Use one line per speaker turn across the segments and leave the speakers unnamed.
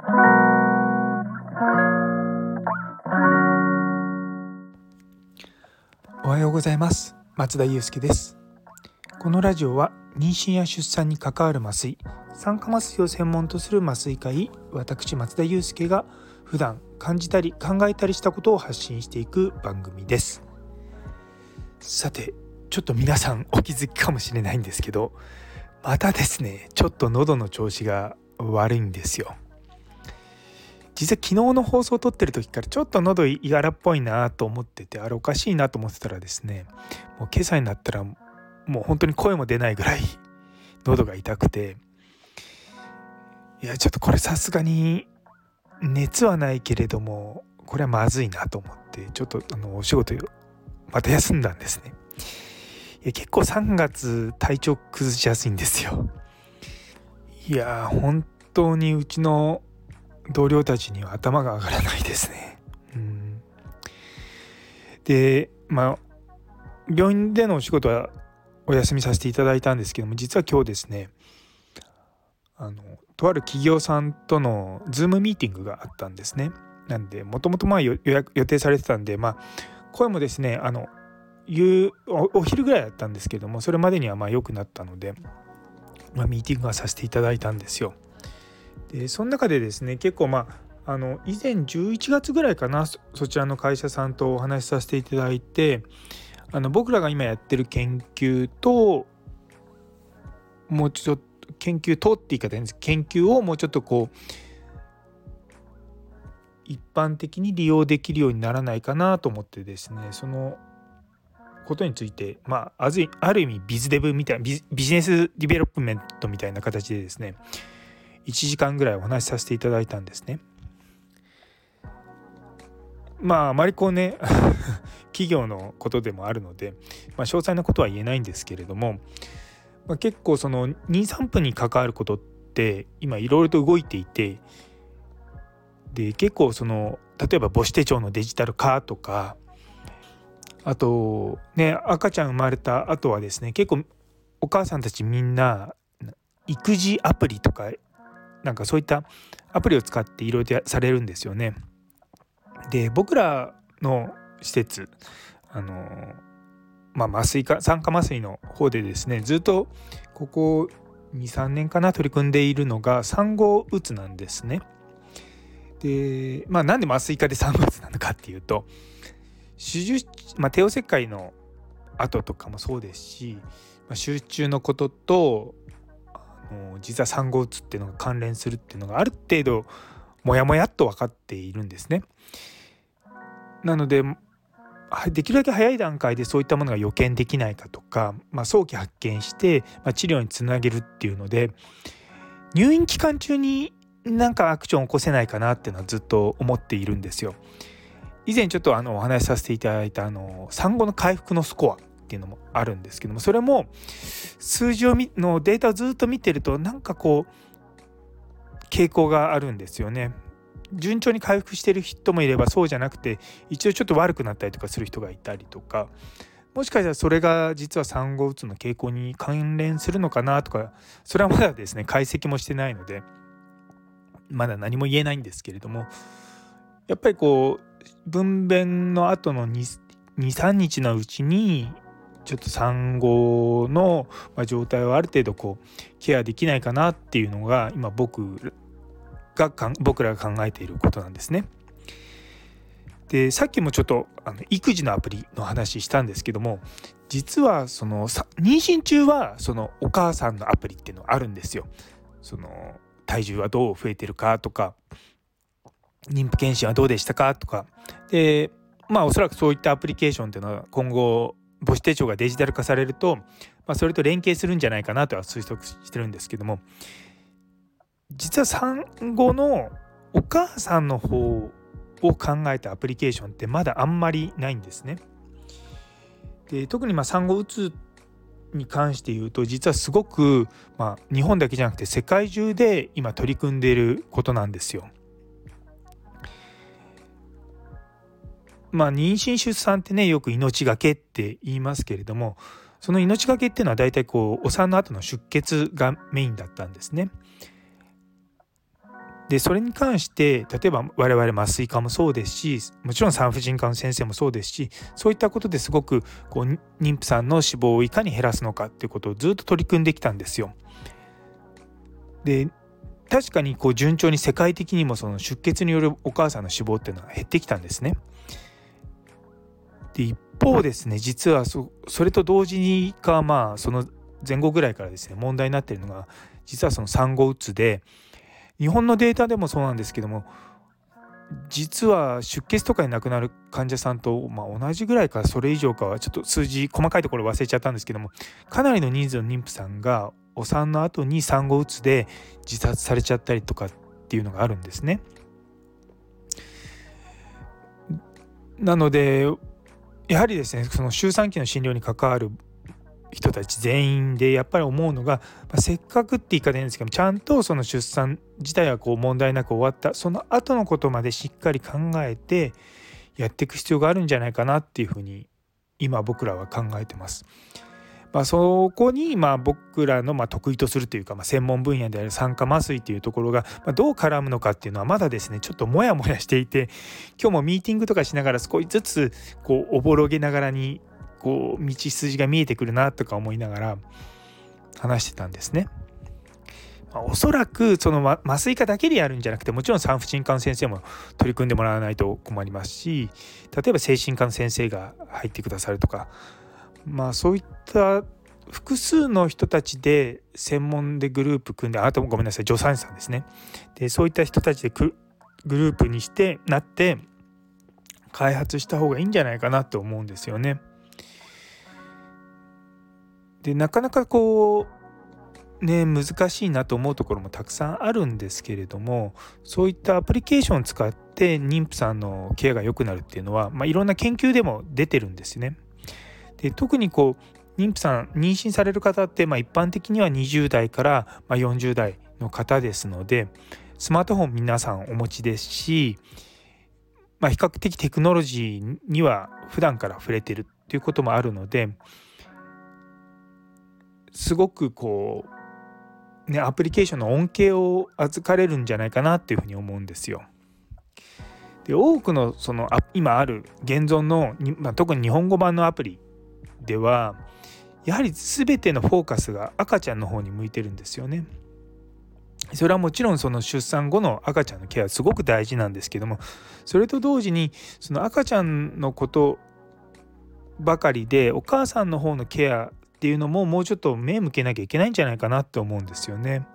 おはようございます。松田祐介です。このラジオは妊娠や出産に関わる麻酔、酸化麻酔を専門とする麻酔科医、私松田祐介が普段感じたり考えたりしたことを発信していく番組です。さて、ちょっと皆さんお気づきかもしれないんですけど、またですね、ちょっと喉の調子が悪いんですよ。実は昨日の放送を撮ってる時からちょっと喉いがらっぽいなと思ってて、あれおかしいなと思ってたらですね、もう今朝になったらもう本当に声も出ないぐらい喉が痛くて、いやちょっとこれさすがに熱はないけれどもこれはまずいなと思って、ちょっとお仕事また休んだんですね。いや結構3月体調崩しやすいんですよ。いや本当にうちの同僚たちには頭が上がらないですね。で病院でのお仕事はお休みさせていただいたんですけども、実は今日ですね、とある企業さんとのズームミーティングがあったんですね。なんでもともと予定されてたんで、声もですねお昼ぐらいだったんですけども、それまでには良くなったので、ミーティングはさせていただいたんですよ。でその中でですね、結構以前11月ぐらいかな、そちらの会社さんとお話しさせていただいて、僕らが今やってる研究ともうちょっと研究とって言い方です。研究をもうちょっと一般的に利用できるようにならないかなと思ってですね、そのことについてある意味ビズデブみたいなビジネスディベロップメントみたいな形でですね、1時間ぐらいお話しさせていただいたんですね。あまり企業のことでもあるので、詳細なことは言えないんですけれども、結構その妊産婦に関わることって今いろいろと動いていて、で結構例えば母子手帳のデジタル化とか、あとね、赤ちゃん生まれた後はですね、結構お母さんたちみんな育児アプリとかそういったアプリを使っていろいろされるんですよね。で僕らの施設麻酔科酸化麻酔の方でですね、ずっとここ 2,3 年かな取り組んでいるのが産後うつなんですね。でなんで麻酔科で産後うつなのかっていうと、帝王切開の後とかもそうですし、集中のことと実は産後うつっていうのが関連するっていうのがある程度もやもやっと分かっているんですね。なのでできるだけ早い段階でそういったものが予見できないかとか、早期発見して、治療につなげるっていうので、入院期間中にアクションを起こせないかなっていうのはずっと思っているんですよ。以前ちょっとお話しさせていただいた産後の回復のスコアっていうのもあるんですけども、それも数字のデータをずっと見てると傾向があるんですよね。順調に回復している人もいれば、そうじゃなくて一応ちょっと悪くなったりとかする人がいたりとか、もしかしたらそれが実は産後うつの傾向に関連するのかなとか、それはまだですね解析もしてないのでまだ何も言えないんですけれども、やっぱり分娩の後の 2,3 日のうちにちょっと産後の状態をある程度ケアできないかなっていうのが今僕らが考えていることなんですね。でさっきもちょっと育児のアプリの話したんですけども、実は妊娠中はお母さんのアプリっていうのがあるんですよ。体重はどう増えてるかとか、妊婦検診はどうでしたかとかで、おそらくそういったアプリケーションっていうのは今後母子手帳がデジタル化されると、それと連携するんじゃないかなとは推測してるんですけども、実は産後のお母さんの方を考えたアプリケーションってまだあんまりないんですね。で特に産後うつに関して言うと、実はすごく、日本だけじゃなくて世界中で今取り組んでいることなんですよ。妊娠出産ってね、よく命がけって言いますけれども、その命がけっていうのは大体お産の後の出血がメインだったんですね。 でそれに関して例えば我々麻酔科もそうですし、もちろん産婦人科の先生もそうですし、そういったことですごくこう妊婦さんの死亡をいかに減らすのかっていうことをずっと取り組んできたんですよ。で確かにこう順調に世界的にもその出血によるお母さんの死亡っていうのは減ってきたんですね。で一方ですね、実はそれと同時にかその前後ぐらいからですね問題になっているのが実はその産後うつで、日本のデータでもそうなんですけども、実は出血とかに亡くなる患者さんと、同じぐらいかそれ以上かはちょっと数字細かいところ忘れちゃったんですけども、かなりの人数の妊婦さんがお産の後に産後うつで自殺されちゃったりとかっていうのがあるんですね。なのでやはりですね、その周産期の診療に関わる人たち全員でやっぱり思うのが、せっかくって言い方なんですけども、ちゃんとその出産自体はこう問題なく終わったその後のことまでしっかり考えてやっていく必要があるんじゃないかなっていうふうに今僕らは考えてます。そこに僕らの得意とするというか、専門分野である酸化麻酔というところがどう絡むのかっていうのはまだですねちょっとモヤモヤしていて、今日もミーティングとかしながら少しずつこうおぼろげながらにこう道筋が見えてくるなとか思いながら話してたんですね。おそらくその麻酔科だけでやるんじゃなくて、もちろん産婦人科の先生も取り組んでもらわないと困りますし、例えば精神科の先生が入ってくださるとか、そういった複数の人たちで専門でグループ組んで、あとごめんなさい助産師さんですね。でそういった人たちでグループにしてなって開発した方がいいんじゃないかなと思うんですよね。でなかなかこうね難しいなと思うところもたくさんあるんですけれども、そういったアプリケーションを使って妊婦さんのケアが良くなるっていうのは、いろんな研究でも出てるんですね。で特にこう妊婦さん妊娠される方って、一般的には20代から40代の方ですので、スマートフォン皆さんお持ちですし、比較的テクノロジーには普段から触れてるっていうこともあるので、すごくこうねアプリケーションの恩恵を預かれるんじゃないかなっていうふうに思うんですよ。で多くのその今ある現存の、特に日本語版のアプリではやはり全てのフォーカスが赤ちゃんの方に向いてるんですよね。それはもちろんその出産後の赤ちゃんのケアすごく大事なんですけども、それと同時にその赤ちゃんのことばかりでお母さんの方のケアっていうのももうちょっと目向けなきゃいけないんじゃないかなって思うんですよね。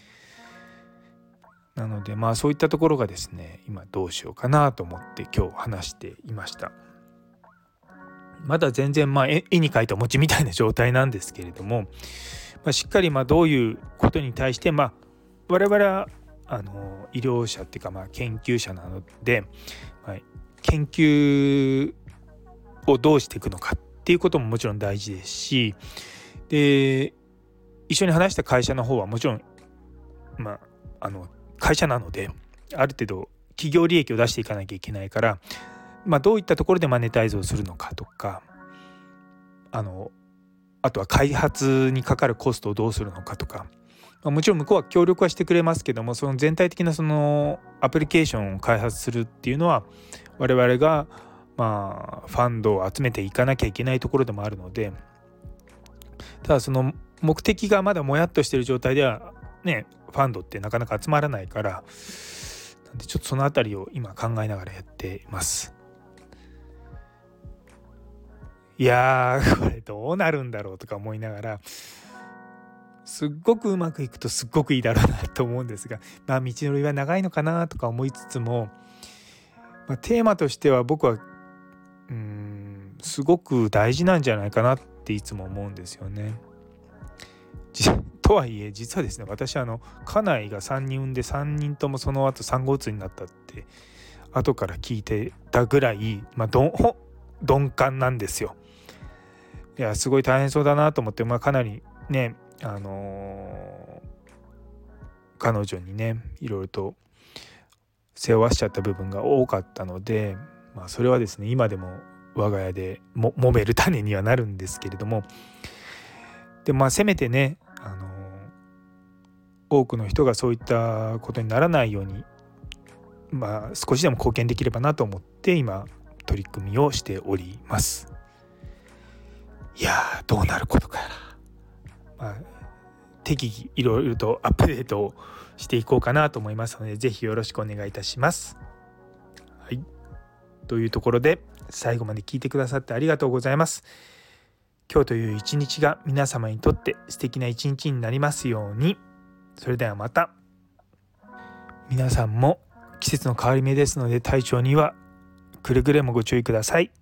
なのでそういったところがですね今どうしようかなと思って今日話していました。まだ全然絵に描いた餅みたいな状態なんですけれども、しっかりどういうことに対して我々は医療者っていうか研究者なので、研究をどうしていくのかっていうことももちろん大事ですし、で一緒に話した会社の方はもちろん会社なのである程度企業利益を出していかなきゃいけないから、どういったところでマネタイズをするのかとか、あとは開発にかかるコストをどうするのかとか、もちろん向こうは協力はしてくれますけども、その全体的なそのアプリケーションを開発するっていうのは我々がファンドを集めていかなきゃいけないところでもあるので、ただその目的がまだもやっとしている状態ではねファンドってなかなか集まらないから、なんでちょっとそのあたりを今考えながらやっています。いやーこれどうなるんだろうとか思いながら、すっごくうまくいくとすっごくいいだろうなと思うんですが、道のりは長いのかなとか思いつつも、テーマとしては僕はすごく大事なんじゃないかなっていつも思うんですよね。とはいえ実はですね、私家内が3人産んで3人ともその後産後うつになったって後から聞いてたぐらい、鈍感なんですよ。いやすごい大変そうだなと思って、かなりね彼女にねいろいろと背負わしちゃった部分が多かったので、それはですね今でも我が家で揉める種にはなるんですけれども、でせめてね多くの人がそういったことにならないように、少しでも貢献できればなと思って今取り組みをしております。いやー、どうなることかやら、適宜いろいろとアップデートをしていこうかなと思いますので、ぜひよろしくお願いいたします。はい、というところで最後まで聞いてくださってありがとうございます。今日という一日が皆様にとって素敵な一日になりますように。それではまた。皆さんも季節の変わり目ですので、体調にはくれぐれもご注意ください。